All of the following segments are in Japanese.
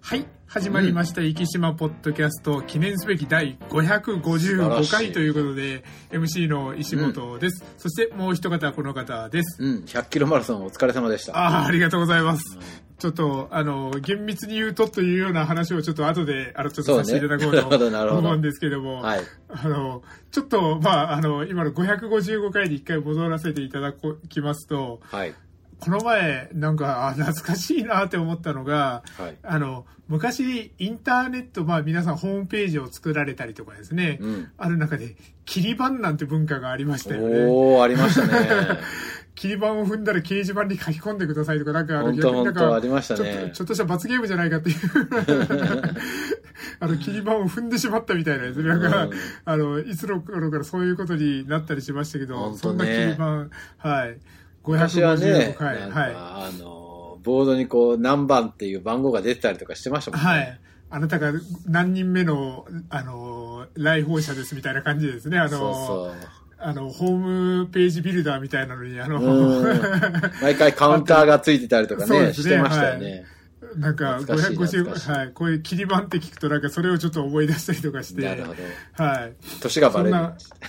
はい、始まりました、生島ポッドキャスト、記念すべき第555回ということで、MC の石本です。そしてもう一方、この方です。 100キロマラソンお疲れ様でした。 ありがとうございます。ちょっと、厳密に言うというような話をちょっと後で、ちょっとさせていただこうと思うんですけども、はい、ちょっと、今の555回に一回戻らせていただきますと、はい、この前、なんか、懐かしいなって思ったのが、はい、昔、インターネット、皆さんホームページを作られたりとかですね、ある中で、切り板なんて文化がありましたよね。 ありましたね。 切り板を踏んだら掲示板に書き込んでくださいとか、なんか、 本当ありましたね。 ちょっとした罰ゲームじゃないかっていう。切り板を踏んでしまったみたいなやつ。なんか、いつの頃からそういうことになったりしましたけど、そんな切り板、はい。 昔はね、はい、ボードにこう何番っていう番号が出てたりとかしてましたもんね。はい。 あなたが何人目の、来訪者ですみたいな感じですね。ホームページビルダーみたいなのに、 毎回カウンターがついてたりとかね、してましたよね。 なんか、550、はい、こういう切り板って聞くと、なんかそれをちょっと思い出したりとかして。 なるほど。はい。 年がバレる。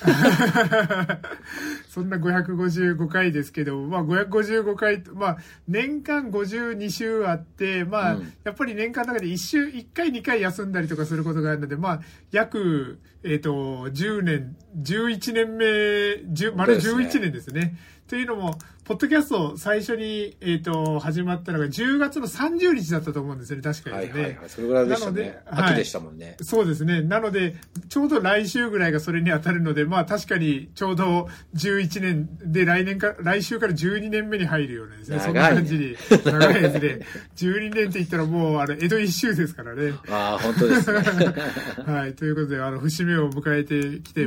そんな555回ですけど、555回、年間52週あって、やっぱり年間の中で1回2回休んだりとかすることがあるので、約、10年、11年目、丸11年ですね。というのも、ポッドキャスト最初に、始まったのが10月の30日だったと思うんですよね、確かにね。 はいはいはい。それぐらいでしたね。秋でしたもんね。 そうですね。なので、ちょうど来週ぐらいがそれに当たるので、確かにちょうど11年で来週から12年目に入るようなですね。そんな感じに。長いですね。12年って言ったらもう、江戸一周ですからね。 本当ですね。 はい。ということで、節目を迎えてきて、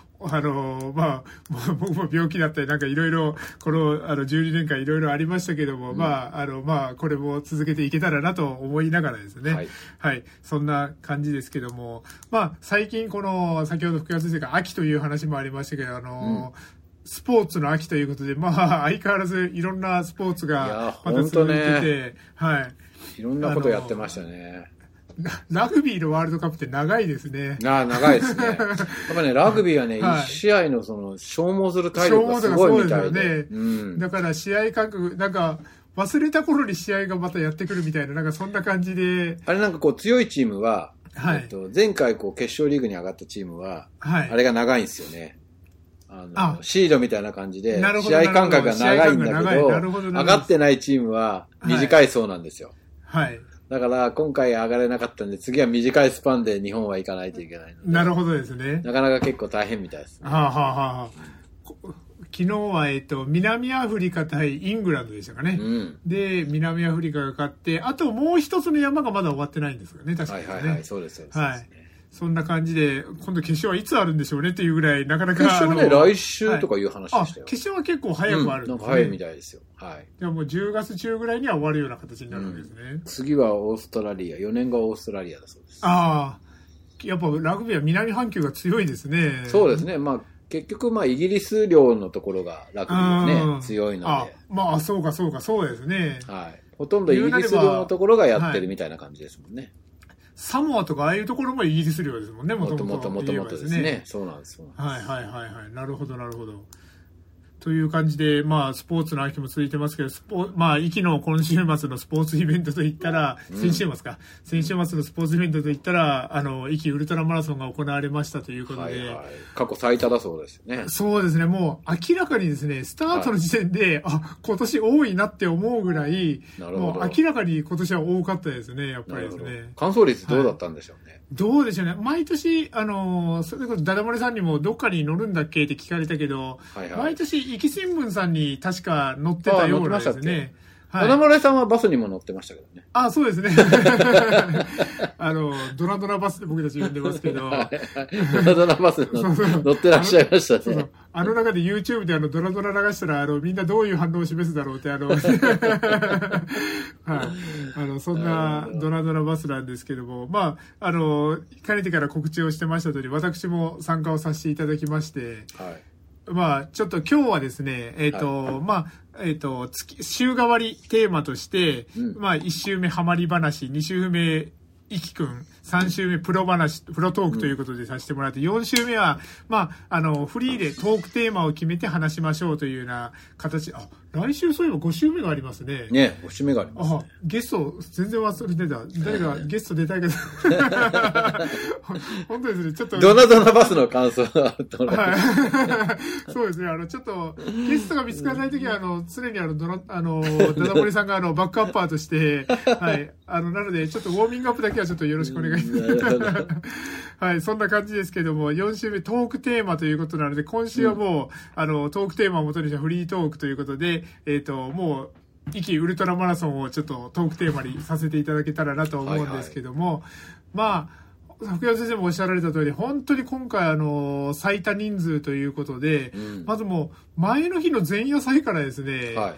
僕も病気だったりなんかいろいろ、この、12年間いろいろありましたけども、これも続けていけたらなと思いながらですね。はい。はい。そんな感じですけども、最近この、先ほど福山先生が秋という話もありましたけど、スポーツの秋ということで、相変わらずいろんなスポーツがまた続いてて、はい。 いろんなことやってましたね。 ラグビーのワールドカップって長いですね。 長いですね。やっぱね、ラグビーはね、1試合の消耗する体力がすごいみたいで。 だから試合感覚、なんか、忘れた頃に試合がまたやってくるみたいな、なんかそんな感じで。 あれなんかこう強いチームは、前回こう決勝リーグに上がったチームは、あれが長いんですよね。シードみたいな感じで、試合間隔が長いんだけど、上がってないチームは短いそうなんですよ。はい。だから今回上がれなかったんで、次は短いスパンで日本は行かないといけないので。 なるほどですね。 なかなか結構大変みたいですね。 昨日は南アフリカ対イングランドでしたかね。で、南アフリカが勝って、あともう一つの山がまだ終わってないんですよね、確かにね。 はい、そうです。 はい。そんな感じで、今度決勝はいつあるんでしょうねっていうぐらい、なかなか。 決勝ね、来週とかいう話でしたよ。 決勝は結構早くあるんですね。 なんか早いみたいですよ。はい。 じゃあもう10月中ぐらいには終わるような形になるわけですね。 次はオーストラリア、4年後はオーストラリアだそうです。 やっぱラグビーは南半球が強いですね。 そうですね。結局イギリス領のところがラグビーはね、強いので。 そうですね。 はい。ほとんどイギリス領のところがやってるみたいな感じですもんね。 サモアとかああいうところもイギリス領ですもんね、もともとですね。そうなんです。 はい。なるほど。という感じで、スポーツの秋も続いてますけど、息の今週末のスポーツイベントといったら、先週末のスポーツイベントといったら、息ウルトラマラソンが行われましたということで。 過去最多だそうですよね。 そうですね、もう明らかにですね、スタートの時点で、今年多いなって思うぐらい、もう明らかに今年は多かったですね、やっぱりですね。 完走率どうだったんでしょうね。 どうでしょうね。毎年、それこそダダ漏れさんにもどっかに乗るんだっけって聞かれたけど、毎年、壱岐新聞さんに確か乗ってたようなんですね。 ダダ漏れさんはバスにも乗ってましたけどね。 そうですね。ドラドラバスって僕たち呼んでますけど。 ドラドラバスに乗ってらっしゃいましたね。 中で YouTube でドラドラ流したら、みんなどういう反応を示すだろうって、そんなドラドラバスなんですけども、かねてから告知をしてました通り、私も参加をさせていただきまして、ちょっと今日はですね、週替わりテーマとして、1週目ハマり話、2週目いきくん、3週目プロトークということでさせてもらって、4週目は、まあ、フリーでトークテーマを決めて話しましょうというような形、来週そういえば5週目がありますね。 ね、5週目があります、ね。 ゲスト、全然忘れてた。誰かゲスト出たいけど。本当ですね、ちょっと。 ドナバスの感想ははい。そうですね、ちょっと、ゲストが見つからないときは、常にダダモリさんがバックアッパーとして、はい。なので、ちょっとウォーミングアップだけはちょっとよろしくお願いします。はい、そんな感じですけども、4週目トークテーマということなので、今週はもう、トークテーマを元にしたフリートークということで、もう、壱岐ウルトラマラソンをちょっとトークテーマにさせていただけたらなと思うんですけども、はいはい、まあ、福山先生もおっしゃられた通り、本当に今回最多人数ということで、まずもう、前の日の前夜祭からですね、はい、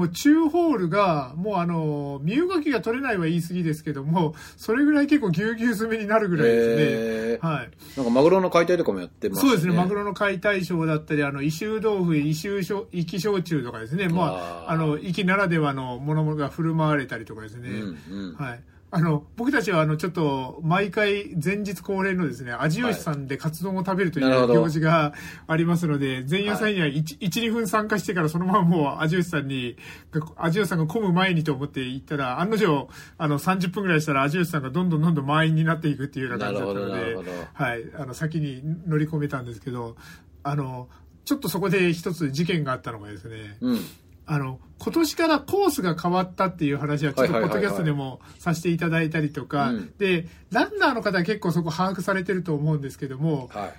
中ホールが、もう身動きが取れないは言い過ぎですけども、それぐらい結構ぎゅうぎゅう詰めになるぐらいですね。はい。 なんかマグロの解体とかもやってますね。 そうですね、マグロの解体ショーだったり、異臭豆腐、壱岐焼酎とかですね、まあ、壱岐ならではのものが振る舞われたりとかですね。はい。僕たちはちょっと毎回前日恒例のですね、味吉さんでカツ丼を食べるという行事がありますので、前夜祭には1、2分参加してからそのままもう味吉さんが混む前にと思って行ったら、案の定、30分くらいしたら味吉さんがどんどん満員になっていくっていうような感じだったので、はい、先に乗り込めたんですけど、ちょっとそこで一つ事件があったのがですね、今年からコースが変わったっていう話はちょっとポッドキャストでもさせていただいたりとか、で、ランナーの方は結構そこ把握されてると思うんですけども、はい、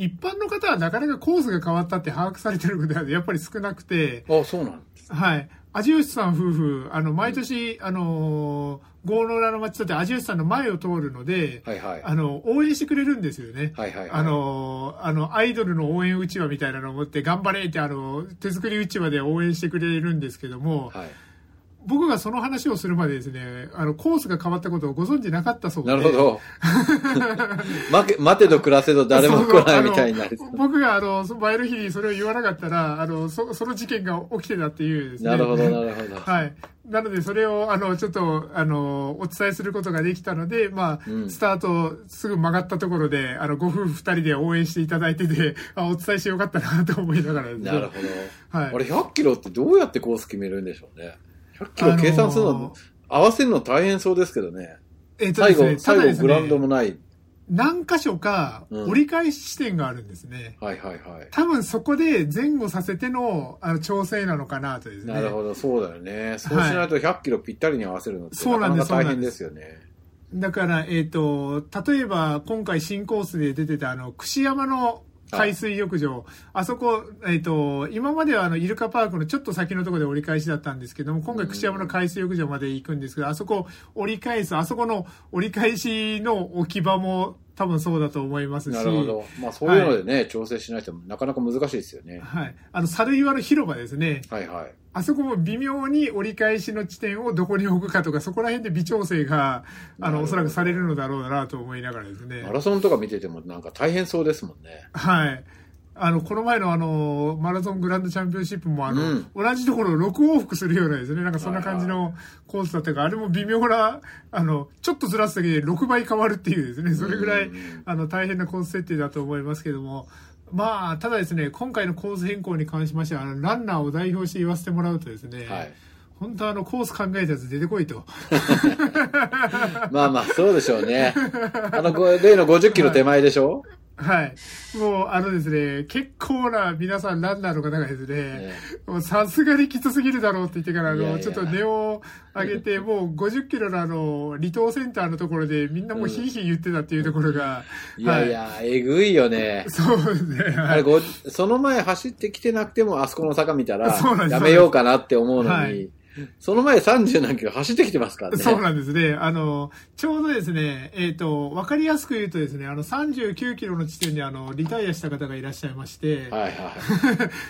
一般の方はなかなかコースが変わったって把握されてることはやっぱり少なくて、 そうなんです。 はい。味吉さん夫婦、毎年、郷の浦の町って味吉さんの前を通るので、はいはい、応援してくれるんですよね。はいはいはい、アイドルの応援うちわみたいなのを持って、頑張れって、手作りうちわで応援してくれるんですけども、はい、僕がその話をするまでですね、コースが変わったことをご存知なかったそうで。 なるほど。待てど暮らせど誰も来ないみたいになる。 僕が前の日にそれを言わなかったら、その事件が起きてたっていうですね。 なるほど、なるほど。 はい。なので、それを、ちょっと、お伝えすることができたので、まあ、スタートすぐ曲がったところで、ご夫婦2人で応援していただいてて、お伝えしてよかったなと思いながらですね。 なるほど。はい。あれ、100キロってどうやってコース決めるんでしょうね。100キロ計算するの、合わせるの大変そうですけどね。最後グラウンドもない。 何箇所か折り返し地点があるんですね。はいはいはい。多分そこで前後させての調整なのかなとですね。 なるほど、そうだよね。そうしないと100キロぴったりに合わせるのってなかなか大変ですよね。 だから、例えば今回新コースで出てた串山の海水浴場。あそこ、今まではイルカパークのちょっと先のところで折り返しだったんですけども、今回串山の海水浴場まで行くんですけど、あそこ折り返す、あそこの折り返しの置き場も多分そうだと思いますし。 なるほど。まあそういうのでね、はい、調整しないとなかなか難しいですよね。 はい。猿岩の広場ですね。 はいはい。 あそこも微妙に折り返しの地点をどこに置くかとか、そこら辺で微調整が、おそらくされるのだろうなと思いながらですね。 マラソンとか見ててもなんか大変そうですもんね。 はい。この前のマラソングランドチャンピオンシップも同じところを6往復するようなですね、なんかそんな感じのコースだったから、あれも微妙な、ちょっとずらすだけで6倍変わるっていうですね、それぐらい、大変なコース設定だと思いますけども、まあ、ただですね、今回のコース変更に関しましては、ランナーを代表して言わせてもらうとですね、はい、本当コース考えたやつ出てこいと。 まあまあ、そうでしょうね。例の50キロ手前でしょ、 はい。もう、ですね、結構な皆さんランナーの方がですね、もうさすがにきつすぎるだろうって言ってから、ちょっと値を上げて、もう50キロの離島センターのところでみんなもうヒーヒー言ってたっていうところが。 いやいや、えぐいよね。 そうですね。 あれその前走ってきてなくても、あそこの坂見たら、やめようかなって思うのに、はい、その前30何キロ走ってきてますからね。 そうなんですね。ちょうどですね、わかりやすく言うとですね、39キロの地点にリタイアした方がいらっしゃいまして、はいはい。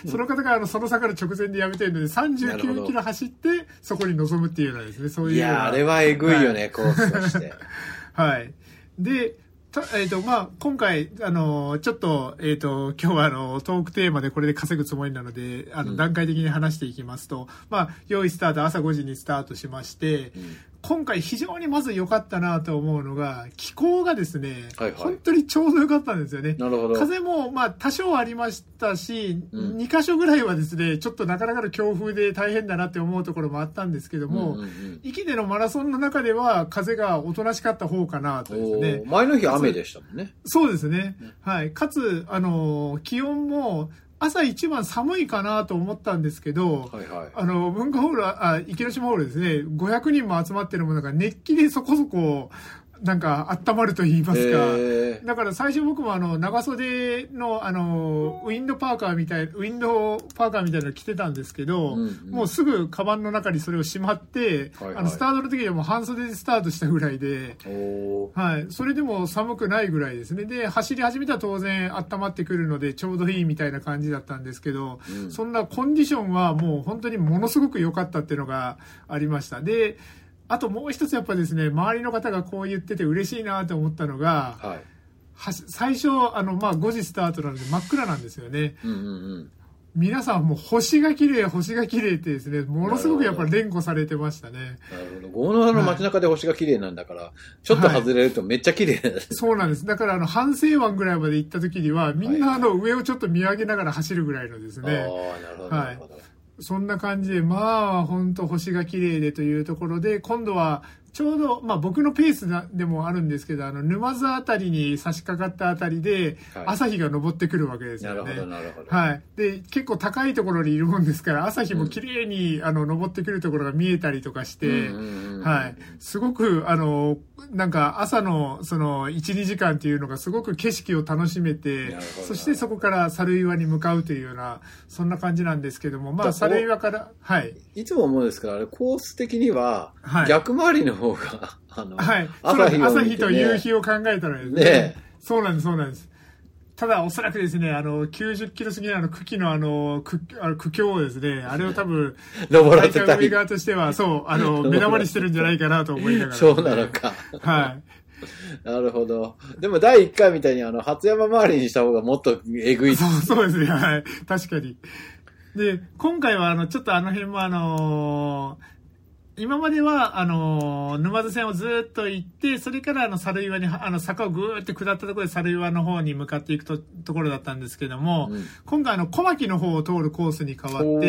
その方がその坂の直前でやめてるので、39キロ走って、そこに臨むっていうようなですね、そういう。 いや、あれはえぐいよね、はい、コースとして。 はい。で、まあ、今回、ちょっと、今日はトークテーマでこれで稼ぐつもりなので、段階的に話していきますと、まあ、用意スタート、朝5時にスタートしまして、 今回非常にまず良かったなと思うのが、気候がですね、本当にちょうど良かったんですよね。 なるほど。 風もまあ多少ありましたし、2箇所ぐらいはですね、ちょっとなかなかの強風で大変だなって思うところもあったんですけども、壱岐でのマラソンの中では風がおとなしかった方かなとですね。 前の日雨でしたもんね。 そうですね。はい。かつ、気温も、朝一番寒いかなと思ったんですけど、文化ホール、池島ホールですね、500人も集まってるものが熱気でそこそこ、なんか温まると言いますか。だから最初僕も長袖のウィンドパーカーみたいなの着てたんですけど、もうすぐカバンの中にそれをしまって、スタートの時にはもう半袖でスタートしたぐらいで、はい。それでも寒くないぐらいですね。で、走り始めたら当然温まってくるのでちょうどいいみたいな感じだったんですけど、そんなコンディションはもう本当にものすごく良かったっていうのがありました。で、あともう一つやっぱですね、周りの方がこう言ってて嬉しいなと思ったのが、最初、5時スタートなので真っ暗なんですよね。皆さんもう星が綺麗ってですね、ものすごくやっぱり連呼されてましたね。 なるほど。郷野原の街中で星が綺麗なんだから、ちょっと外れるとめっちゃ綺麗です、 そうなんです。だから半清湾ぐらいまで行った時には、みんな上をちょっと見上げながら走るぐらいのですね。 なるほど。なるほど。 そんな感じで、まあ、本当星が綺麗でというところで、今度は、ちょうど、まあ僕のペースでもあるんですけど、沼津あたりに差し掛かったあたりで、朝日が昇ってくるわけですよね。 なるほど。 はい。で、結構高いところにいるもんですから、朝日も綺麗に、昇ってくるところが見えたりとかして、はい。すごく、なんか朝の、1、2時間っていうのがすごく景色を楽しめて、そしてそこから猿岩に向かうというような、そんな感じなんですけども、まあ、猿岩から、はい。 いつも思うんですけど、コース的には、逆回りの方が、 はい。朝日と夕日を考えたらですね。そうなんです。ただ、おそらくですね、90キロ過ぎの茎の苦境をですね、あれを多分、 登らせたい。 海側としては、そう、目玉にしてるんじゃないかなと思いながら。 そうなのか。 はい。 なるほど。でも第1回みたいに初山周りにした方がもっとえぐい。 そうですね、はい。確かに。で、今回はちょっと辺も今までは、沼津線をずっと行って、それから猿岩に、坂をぐーって下ったところで猿岩の方に向かっていくところだったんですけども、今回小牧の方を通るコースに変わって、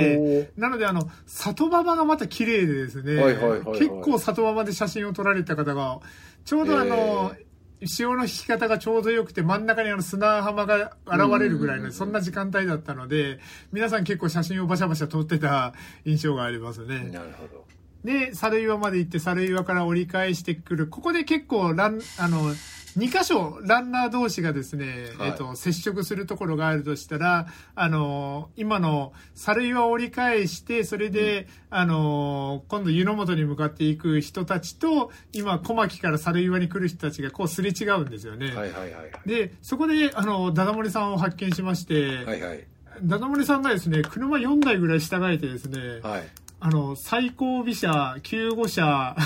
なので里場がまた綺麗でですね、結構里場で写真を撮られた方が、ちょうど潮の引き方がちょうど良くて、真ん中に砂浜が現れるぐらいの、そんな時間帯だったので、皆さん結構写真をバシャバシャ撮ってた印象がありますね。 なるほど。 で、猿岩まで行って、猿岩から折り返してくる。ここで結構2箇所ランナー同士がですね、接触するところがあるとしたら、今の猿岩を折り返して、それで、今度湯の本に向かっていく人たちと、今小牧から猿岩に来る人たちがこうすれ違うんですよね。で、そこで、ダダ漏れさんを発見しまして、ダダ漏れさんがですね、車4台ぐらい従えてですね、最後尾車、救護車、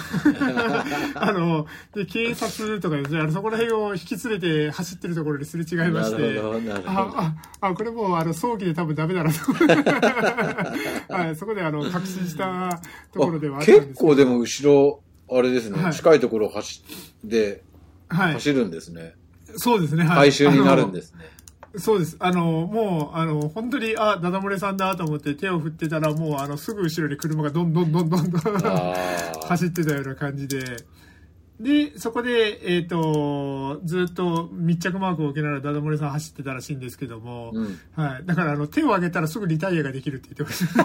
で、警察とかですね、そこら辺を引き連れて走ってるところにすれ違いまして、これもう、早期で多分ダメだなと。はい、そこで確信したところではあったんですけど。 結構でも後ろ、あれですね、近いところを走るんですね。 そうですね、 回収になるんですね。 そうです。もう、本当に、ダダ漏れさんだと思って手を振ってたら、もう、すぐ後ろに車がどんどん走ってたような感じで。で、そこで、ずっと密着マークを受けながらダダ漏れさん走ってたらしいんですけども、はい。だから、手を挙げたらすぐリタイアができるって言ってました。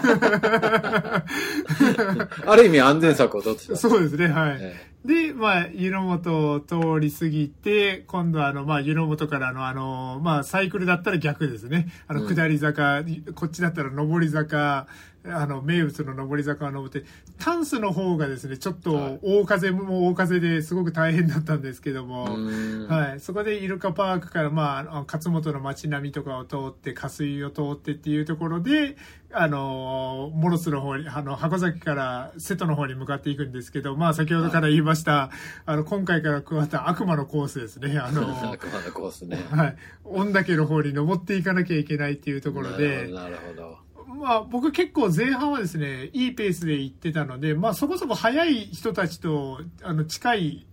ある意味安全策を取ってた。 そうですね、はい。で、湯の本を通り過ぎて、今度は湯の本からサイクルだったら逆ですね。下り坂、こっちだったら上り坂、名物の上り坂を登って、タンスの方がですね、ちょっと大風ですごく大変だったんですけども、はい。そこでイルカパークから、勝本の街並みとかを通って、下水を通ってっていうところで、モロスの方に、箱崎から瀬戸の方に向かっていくんですけど、先ほどから言いました、今回から加わった悪魔のコースですね。 悪魔のコースね。 はい。御嶽の方に登っていかなきゃいけないっていうところで、 なるほど。 僕結構前半はですね、いいペースで行ってたので、そこそこ速い人たちと、近い、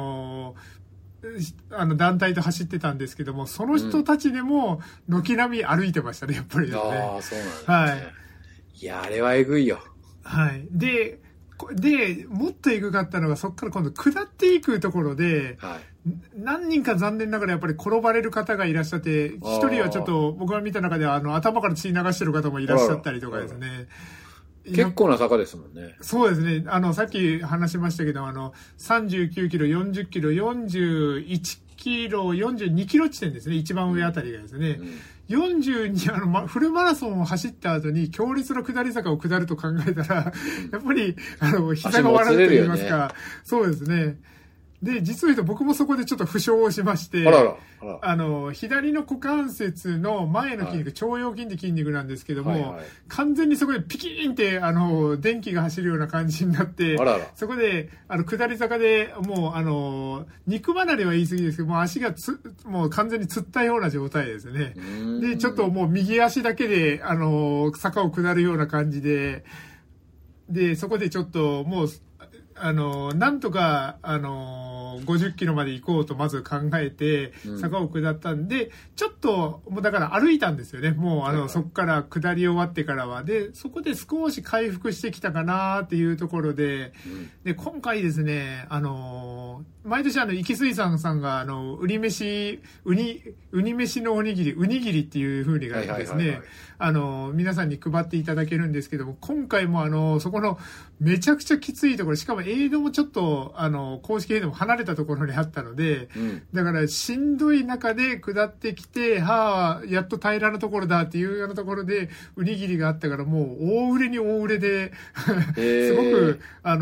団体と走ってたんですけども、その人たちでも、軒並み歩いてましたね、やっぱりですね。 ああ、そうなんですね。 はい。 いや、あれはえぐいよ。 はい。で、もっとエグかったのが、そこから今度下っていくところで、はい、何人か残念ながらやっぱり転ばれる方がいらっしゃって、一人はちょっと僕が見た中では頭から血流してる方もいらっしゃったりとかですね。 結構な坂ですもんね。 そうですね。さっき話しましたけど、39キロ、40キロ、41キロ、42キロ地点ですね。一番上あたりがですね。42、フルマラソンを走った後に強烈な下り坂を下ると考えたら、やっぱり、膝が笑うと言いますか、そうですね。で、実を言うと僕もそこでちょっと負傷をしまして、左の股関節の前の筋肉、腸腰筋って筋肉なんですけども、完全にそこでピキーンって、電気が走るような感じになって、そこで、下り坂でもう、肉離れは言い過ぎですけども、足がもう完全につったような状態ですね。で、ちょっともう右足だけで、坂を下るような感じで、で、そこでちょっともう、なんとか、50キロまで行こうとまず考えて、坂を下ったんで、ちょっと、もうだから歩いたんですよね。もう、そこから下り終わってからは。で、そこで少し回復してきたかなっていうところで、で、今回ですね、毎年イキスイさんが、ウニ飯のおにぎり、ウニギリっていう風にがですね、皆さんに配っていただけるんですけども、今回もそこのめちゃくちゃきついところ、しかもエイドもちょっと、公式エイドも離れたところにあったので、だからしんどい中で下ってきて、やっと平らなところだっていうようなところで、ウニギリがあったからもう大売れに大売れで、すごく、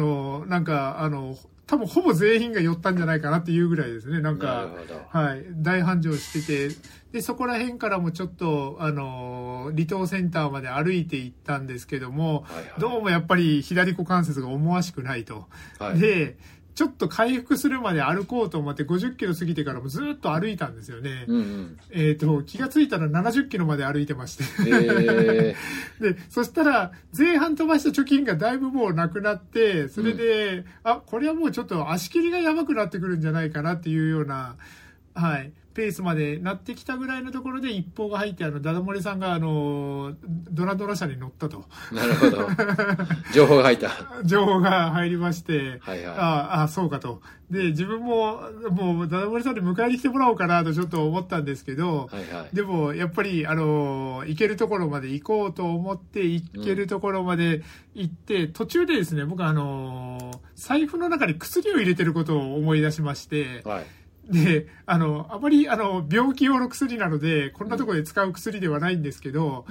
多分ほぼ全員が寄ったんじゃないかなっていうぐらいですね。なんか、はい、大繁盛してて、で、そこら辺からもちょっと、離島センターまで歩いて行ったんですけども、どうもやっぱり左股関節が思わしくないと。で、ちょっと回復するまで歩こうと思って50キロ過ぎてからもずっと歩いたんですよね。気がついたら70キロまで歩いてましてで、そしたら前半飛ばした貯金がだいぶもうなくなって、それで、これはもうちょっと足切りがやばくなってくるんじゃないかなっていうような、はい。ペースまでなってきたぐらいのところで一報が入って、ダダモリさんがドラドラ車に乗ったと。 なるほど。情報が入った。 情報が入りまして、そうかと。で、自分も、もうダダモリさんに迎えに来てもらおうかなとちょっと思ったんですけど、でも、やっぱり、行けるところまで行こうと思って、行けるところまで行って、途中でですね、僕財布の中に薬を入れてることを思い出しまして、で、あまり、病気用の薬なので、こんなところで使う薬ではないんですけど、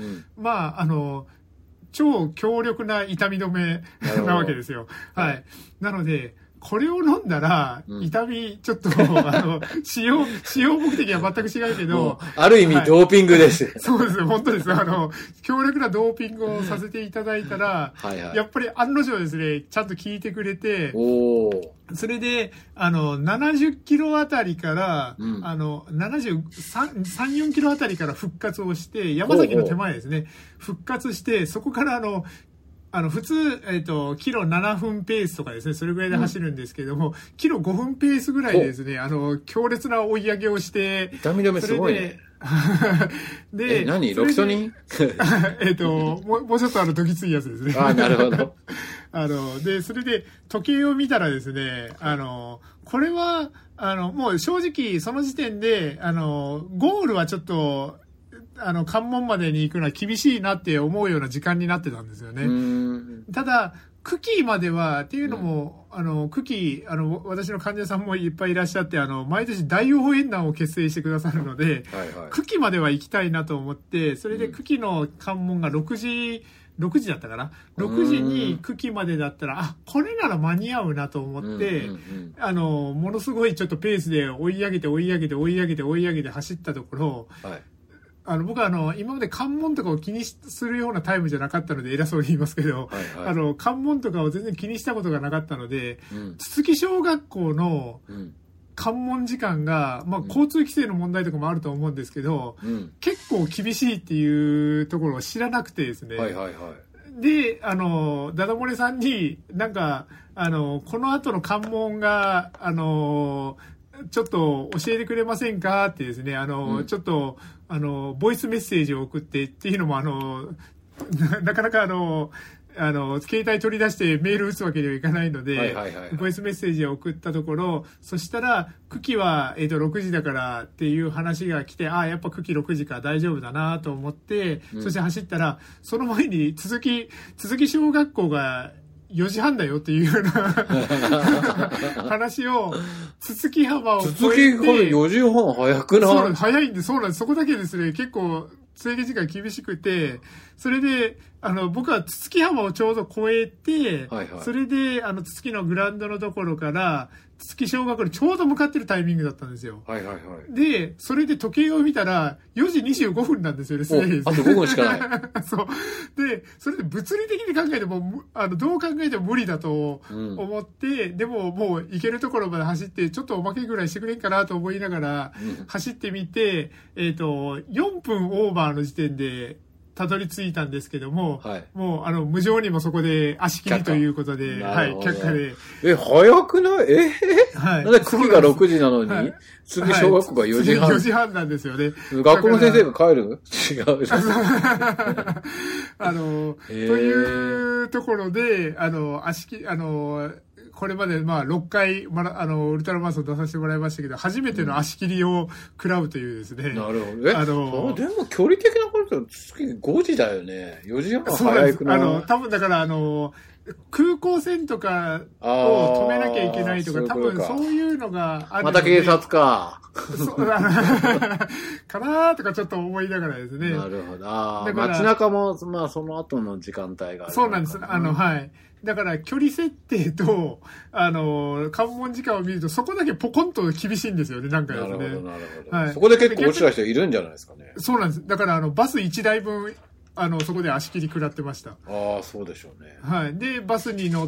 超強力な痛み止めなわけですよ。はい。なので、これを飲んだら、痛み、ちょっと、使用目的は全く違うけど、 ある意味ドーピングです。 そうです、本当です。強力なドーピングをさせていただいたら、やっぱり案の定ですね、ちゃんと効いてくれて、それで、70キロあたりから、73、4キロあたりから復活をして、山崎の手前ですね、復活して、そこから普通、キロ7分ペースとかですね、それぐらいで走るんですけども、キロ5分ペースぐらいでですね、強烈な追い上げをして、 痛み止めすごいね。で、何ロキソニンもうちょっとどぎついやつですね。 なるほど。 で、それで時計を見たらですね、これは、もう正直その時点で、ゴールはちょっと、関門までに行くのは厳しいなって思うような時間になってたんですよね。ただ、クキーまでは、っていうのも、クキー、私の患者さんもいっぱいいらっしゃって、毎年大応援団を結成してくださるので、クキまでは行きたいなと思って、それでクキの関門が6時だったかな ?6 時にクキまでだったら、これなら間に合うなと思って、ものすごいちょっとペースで追い上げて走ったところ、僕は今まで関門とかを気にするようなタイムじゃなかったので偉そうに言いますけど、関門とかを全然気にしたことがなかったので、筒木小学校の関門時間が、まあ、交通規制の問題とかもあると思うんですけど、結構厳しいっていうところを知らなくてですね。 はいはいはい。 で、ダダ漏れさんに、なんか、この後の関門が、ちょっと教えてくれませんかってですね、ちょっと、ボイスメッセージを送ってっていうのも、なかなか携帯取り出してメール打つわけにはいかないので、ボイスメッセージを送ったところ、そしたら、久喜は、6時だからっていう話が来て、ああ、やっぱ久喜6時か大丈夫だなと思って、そして走ったら、その前に続き小学校が4時半だよっていうような話を、続き幅を超えて。 続き幅4時半早くない？ そうなんです。早いんで、そうなんです。そこだけですね、結構、制限時間厳しくて、それで、僕は筒木浜をちょうど越えて、それで、筒木のグラウンドのところから、筒木小学校にちょうど向かってるタイミングだったんですよ。で、それで時計を見たら、4時25分なんですよね、すでに。 あと5分しかない。 そう。で、それで物理的に考えても、どう考えても無理だと思って、でももう行けるところまで走って、ちょっとおまけぐらいしてくれんかなと思いながら、走ってみて、4分オーバーの時点で、たどり着いたんですけども、もう無情にもそこで足切りということで、却下で。 早くない？なんで久喜が6時なのに、次小学校が4時半。 4時半なんですよね。 学校の先生が帰る？違う。 というところで、これまで6回、ウルトラマラソン出させてもらいましたけど、初めての足切りを食らうというですね。 なるほど。でも距離的なことは月5時だよね。4時半早くない？ 多分だから空港線とかを止めなきゃいけないとか、多分そういうのがあるので。 また警察か。 かなーとかちょっと思いながらですね。 なるほど。街中も、その後の時間帯がある。 そうなんです。はい。だから距離設定と、関門時間を見るとそこだけポコンと厳しいんですよね、なんかですね。 なるほど。はい。そこで結構落ちた人いるんじゃないですかね。 そうなんです。だからバス1台分、そこで足切り食らってました。 ああ、そうでしょうね。 はい。で、バスに乗って、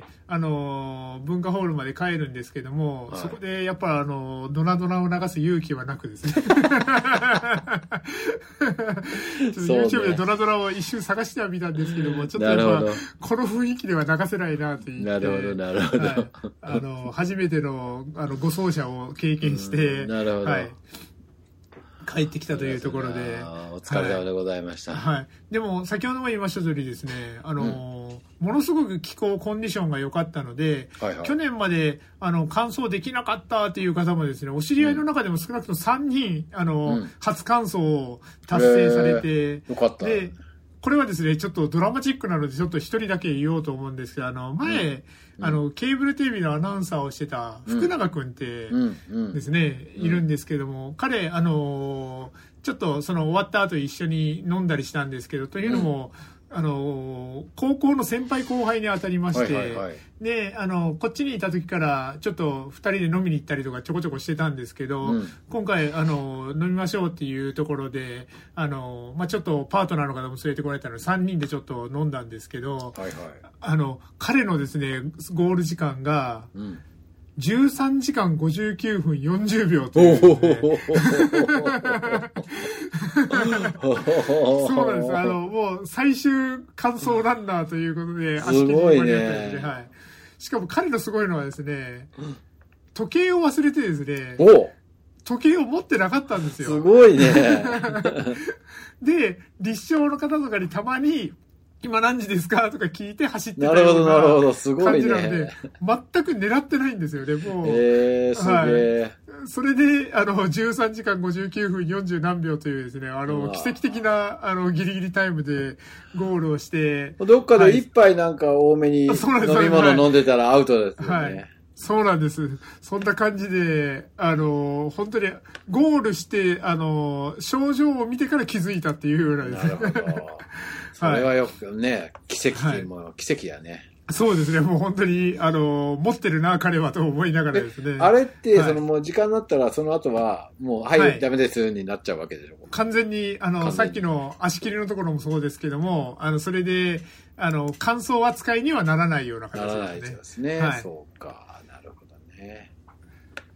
文化ホールまで帰るんですけども、そこでやっぱドナドナを流す勇気はなくですね。YouTube でドナドナを一瞬探してはみたんですけども、ちょっとやっぱ、この雰囲気では流せないなって言って。 なるほど。 初めての、護送車を経験して、 なるほど。はい。 帰ってきたというところで。 お疲れ様でございました。 はい。でも、先ほども言いました通りですね、ものすごく気候、コンディションが良かったので、去年まで、完走できなかったっていう方もですね、お知り合いの中でも少なくとも3人、初完走を達成されて、 よかった。 で、これはですね、ちょっとドラマチックなので、ちょっと一人だけ言おうと思うんですけど、前、ケーブルテレビのアナウンサーをしてた福永くんってですね、いるんですけども、彼、ちょっとその終わった後一緒に飲んだりしたんですけど、というのも、高校の先輩後輩に当たりまして、で、こっちにいた時からちょっと二人で飲みに行ったりとかちょこちょこしてたんですけど、今回、飲みましょうっていうところで、ちょっとパートナーの方も連れてこられたので、3人でちょっと飲んだんですけど、彼のですね、ゴール時間が、13時間59分40秒というですね。そうなんです。もう最終完走ランナーということで、 足切りに間に合ったんですね。 はい。しかも彼のすごいのはですね、時計を忘れてですね、時計を持ってなかったんですよ。 すごいね。 で、立証の方とかにたまに、今何時ですかとか聞いて走ってたようなるほど、すごいね。 感じなので、全く狙ってないんですよね、もう。 すげえ。 それで、13時間59分40何秒というですね、奇跡的な、ギリギリタイムでゴールをして。 どっかで一杯なんか多めに飲み物飲んでたらアウトですよね。はい。 そうなんです。そんな感じで、本当にゴールして、症状を見てから気づいたっていうようなですね。 なるほど。それはよくね、奇跡やね。 そうですね。もう本当に、持ってるな、彼はと思いながらですね。 あれって、もう時間になったら、その後は、もう、はい、ダメですになっちゃうわけでしょ。 完全に、さっきの足切りのところもそうですけども、それで、乾燥扱いにはならないような形ですね。 ならないですね。はい、そうか。なるほどね。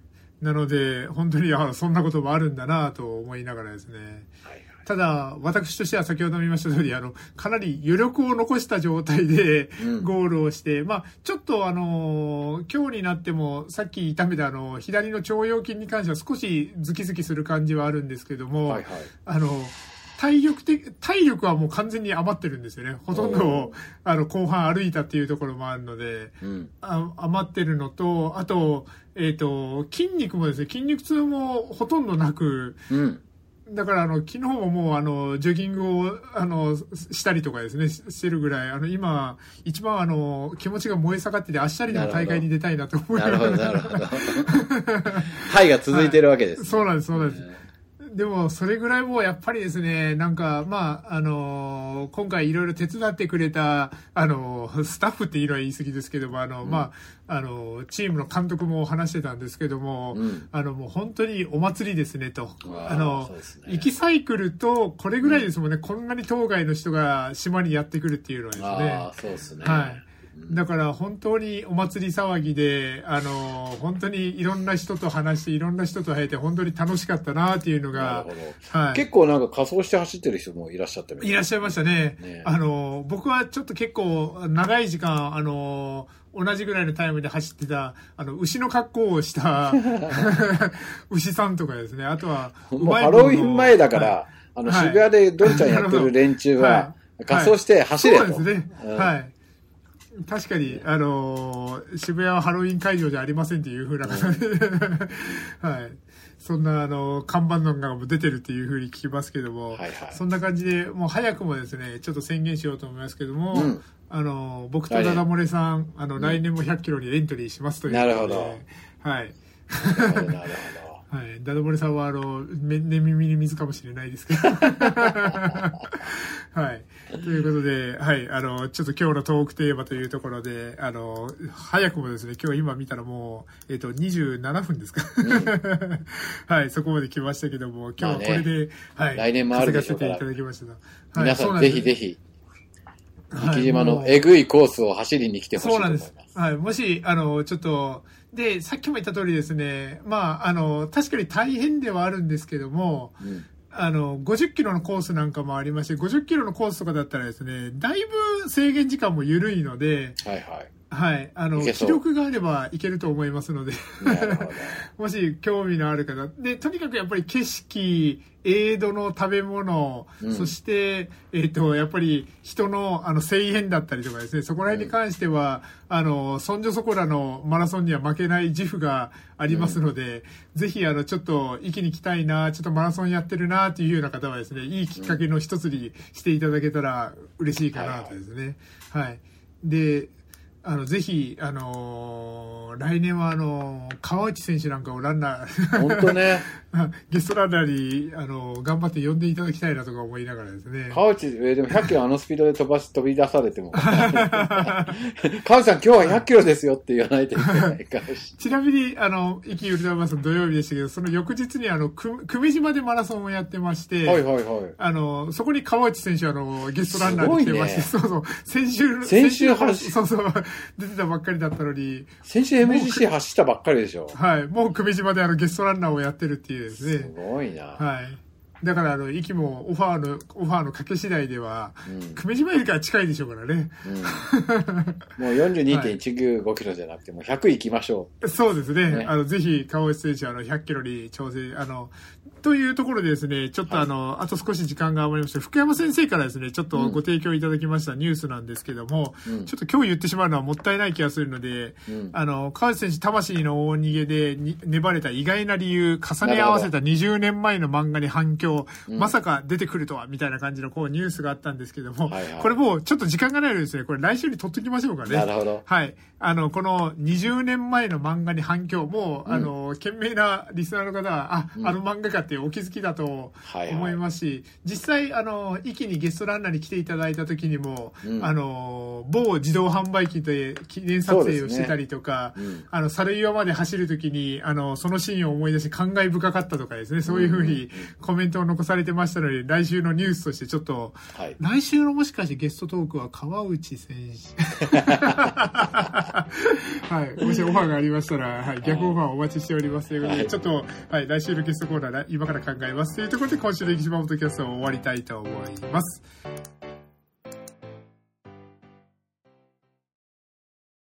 なので、本当にそんなこともあるんだなと思いながらですね。ただ、私としては先ほども言いました通り、かなり余力を残した状態でゴールをして、ちょっと今日になっても、さっき痛めた左の腸腰筋に関しては少しズキズキする感じはあるんですけども、体力はもう完全に余ってるんですよね。ほとんど、後半歩いたっていうところもあるので、余ってるのと、あと、筋肉もですね、筋肉痛もほとんどなく、だから昨日ももうジョギングをしたりとかですねしてるぐらい今一番気持ちが燃え盛ってて明日にでも大会に出たいなと思いながらなるほどはいが続いてるわけです、ね、 そうなんですそうなんです、でもそれぐらいもうやっぱりですねなんか今回いろいろ手伝ってくれたスタッフっていうのは言い過ぎですけどもチームの監督も話してたんですけども、もう本当にお祭りですねと行きサイクルとこれぐらいですもんね、こんなに当該の人が島にやってくるっていうのはですね。 そうですね。 はい。だから本当にお祭り騒ぎで、本当にいろんな人と話していろんな人と会えて本当に楽しかったなっていうのが、 はい、結構なんか仮装して走ってる人もいらっしゃったみたいな。 いらっしゃいましたね。僕はちょっと結構長い時間、同じぐらいのタイムで走ってた、牛の格好をした牛さんとかですね。あとは、 もうハロウィン前だから、渋谷でドンちゃんやってる連中は、仮装して走れと。 そうですね。はい。確かに、渋谷はハロウィン会場じゃありませんっていう風な形で、はい。そんな、看板なんかも出てるっていう風に聞きますけども、そんな感じで、もう早くもですね、ちょっと宣言しようと思いますけども、僕とダダ漏れさん、来年も100キロにエントリーしますということで。 なるほど。 はい。 なるほど。 はい。ダダ漏れさんは、寝耳に水かもしれないですけど。はい。ということで、はい。ちょっと今日のトークテーマというところで、早くもですね、今日今見たらもう、27分ですか。はい。そこまで来ましたけども、今日はこれで、はい。 来年もあるでしょうから。 稼がせていただきました。 はい。皆さん、ぜひぜひ、生島のえぐいコースを走りに来てほしいと思います。そうなんです。 はい。もし、ちょっと、で、さっきも言った通りですね、確かに大変ではあるんですけども、50キロのコースなんかもありまして、50キロのコースとかだったらですね、だいぶ制限時間も緩いので、はい。気力があればいけると思いますのでもし興味のある方。で、とにかくやっぱり景色、エイドの食べ物、そして、やっぱり人の、声援だったりとかですね、そこら辺に関しては、そんじょそこらのマラソンには負けない自負がありますので、ぜひ、ちょっと、息に来たいな、ちょっとマラソンやってるな、っていうような方はですね、いいきっかけの一つにしていただけたら嬉しいかなとですね。はい。で、ぜひ、来年は川内選手なんかをランナー、 本当ね。 ゲストランナーに、頑張って呼んでいただきたいなとか思いながらですね。 川内、でも100キロスピードで飛び出されても。川内さん今日は100キロですよって言わないといけないからし。 ちなみに、壱岐ウルトラマラソン土曜日でしたけど、その翌日に久米島でマラソンをやってまして、そこに川内選手ゲストランナーで来てまして、そうそう、先週そうそう、出てたばっかりだったのに。 先週 MGC 走ったばっかりでしょ。 はい。もう久米島でゲストランナーをやってるっていうですね。 すごいな。 はい。だから壱岐もオファーのかけ次第では、久米島よりから近いでしょうからね。 もう 42.195 キロじゃなくて、もう100行きましょう。そうですね。ぜひ、川内選手、100キロに挑戦、というところでですね、ちょっとあと少し時間が余りまして、福山先生からですね、ちょっとご提供いただきましたニュースなんですけども、ちょっと今日言ってしまうのはもったいない気がするので、川内選手、魂の大逃げで粘れた意外な理由、重ね合わせた20年前の漫画に反響、まさか出てくるとは、みたいな感じのニュースがあったんですけども、これもうちょっと時間がないのでですね、これ来週に取っときましょうかね。 なるほど。 はい。この20年前の漫画に反響、もう、賢明なリスナーの方は、漫画かってお気づきだと思いますし、実際、壱岐にゲストランナーに来ていただいた時にも、某自動販売機で記念撮影をしてたりとか、猿岩まで走る時に、そのシーンを思い出し感慨深かったとかですね、そういうふうにコメントを残されてましたので、来週のニュースとしてちょっと、来週のもしかしてゲストトークは川内選手。ははい。もしオファーがありましたら、はい。逆オファーお待ちしておりますということで、ちょっと、はい。来週のゲストコーナー、今から考えますというところで、今週の歴史版ポッドキャストを終わりたいと思います。